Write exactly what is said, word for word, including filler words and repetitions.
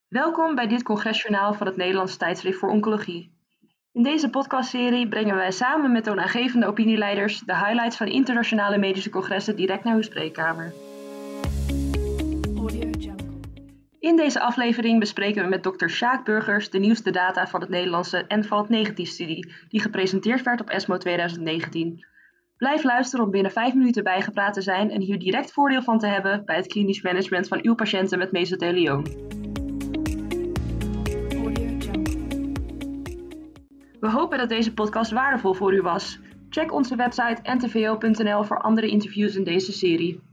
Welkom bij dit congresjournaal van het Nederlands Tijdschrift voor Oncologie. In deze podcastserie brengen wij samen met toonaangevende opinieleiders de highlights van internationale medische congressen direct naar uw spreekkamer. In deze aflevering bespreken we met dokter Sjaak Burgers de nieuwste data van het Nederlandse N V A L T-studie, die gepresenteerd werd op ESMO twintig negentien. Blijf luisteren om binnen vijf minuten bijgepraat te zijn en hier direct voordeel van te hebben bij het klinisch management van uw patiënten met mesothelioom. We hopen dat deze podcast waardevol voor u was. Check onze website n t v o punt n l voor andere interviews in deze serie.